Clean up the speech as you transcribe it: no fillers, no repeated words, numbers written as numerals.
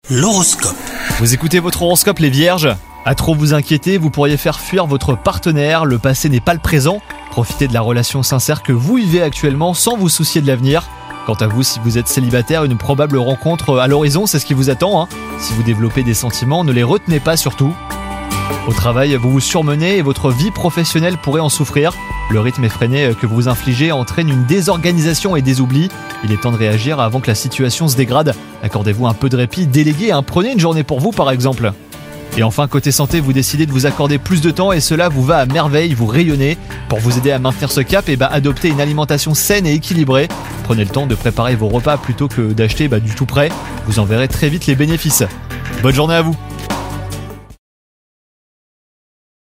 L'horoscope. Vous écoutez votre horoscope les vierges ? À trop vous inquiéter, vous pourriez faire fuir votre partenaire, le passé n'est pas le présent. Profitez de la relation sincère que vous vivez actuellement sans vous soucier de l'avenir. Quant à vous, si vous êtes célibataire, une probable rencontre à l'horizon, c'est ce qui vous attend. Si vous développez des sentiments, ne les retenez pas surtout. Au travail, vous vous surmenez et votre vie professionnelle pourrait en souffrir. Le rythme effréné que vous infligez entraîne une désorganisation et des oublis. Il est temps de réagir avant que la situation se dégrade. Accordez-vous un peu de répit, déléguez, prenez une journée pour vous par exemple. Et enfin, côté santé, vous décidez de vous accorder plus de temps et cela vous va à merveille, vous rayonnez. Pour vous aider à maintenir ce cap, adoptez une alimentation saine et équilibrée. Prenez le temps de préparer vos repas plutôt que d'acheter du tout prêt. Vous en verrez très vite les bénéfices. Bonne journée à vous!